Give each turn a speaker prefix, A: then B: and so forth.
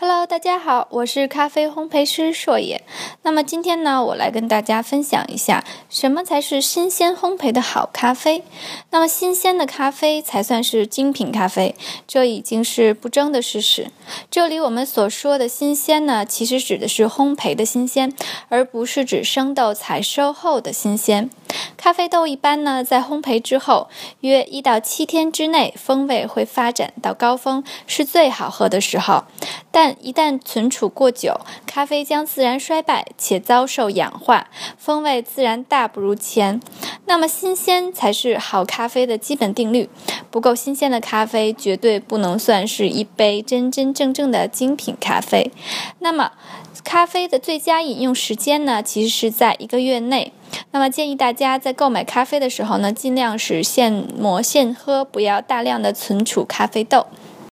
A: Hello， 大家好，我是咖啡烘焙师硕野。那么今天呢，我来跟大家分享一下，什么才是新鲜烘焙的好咖啡。那么新鲜的咖啡才算是精品咖啡，这已经是不争的事实。这里我们所说的新鲜呢，其实指的是烘焙的新鲜，而不是指生豆采收后的新鲜。咖啡豆一般呢，在烘焙之后，约1到7天之内，风味会发展到高峰，是最好喝的时候。但一旦存储过久，咖啡将自然衰败且遭受氧化，风味自然大不如前。那么新鲜才是好咖啡的基本定律，不够新鲜的咖啡绝对不能算是一杯真真正正的精品咖啡。那么咖啡的最佳饮用时间呢，其实是在1个月内。那么建议大家在购买咖啡的时候呢，尽量是现磨现喝，不要大量的存储咖啡豆。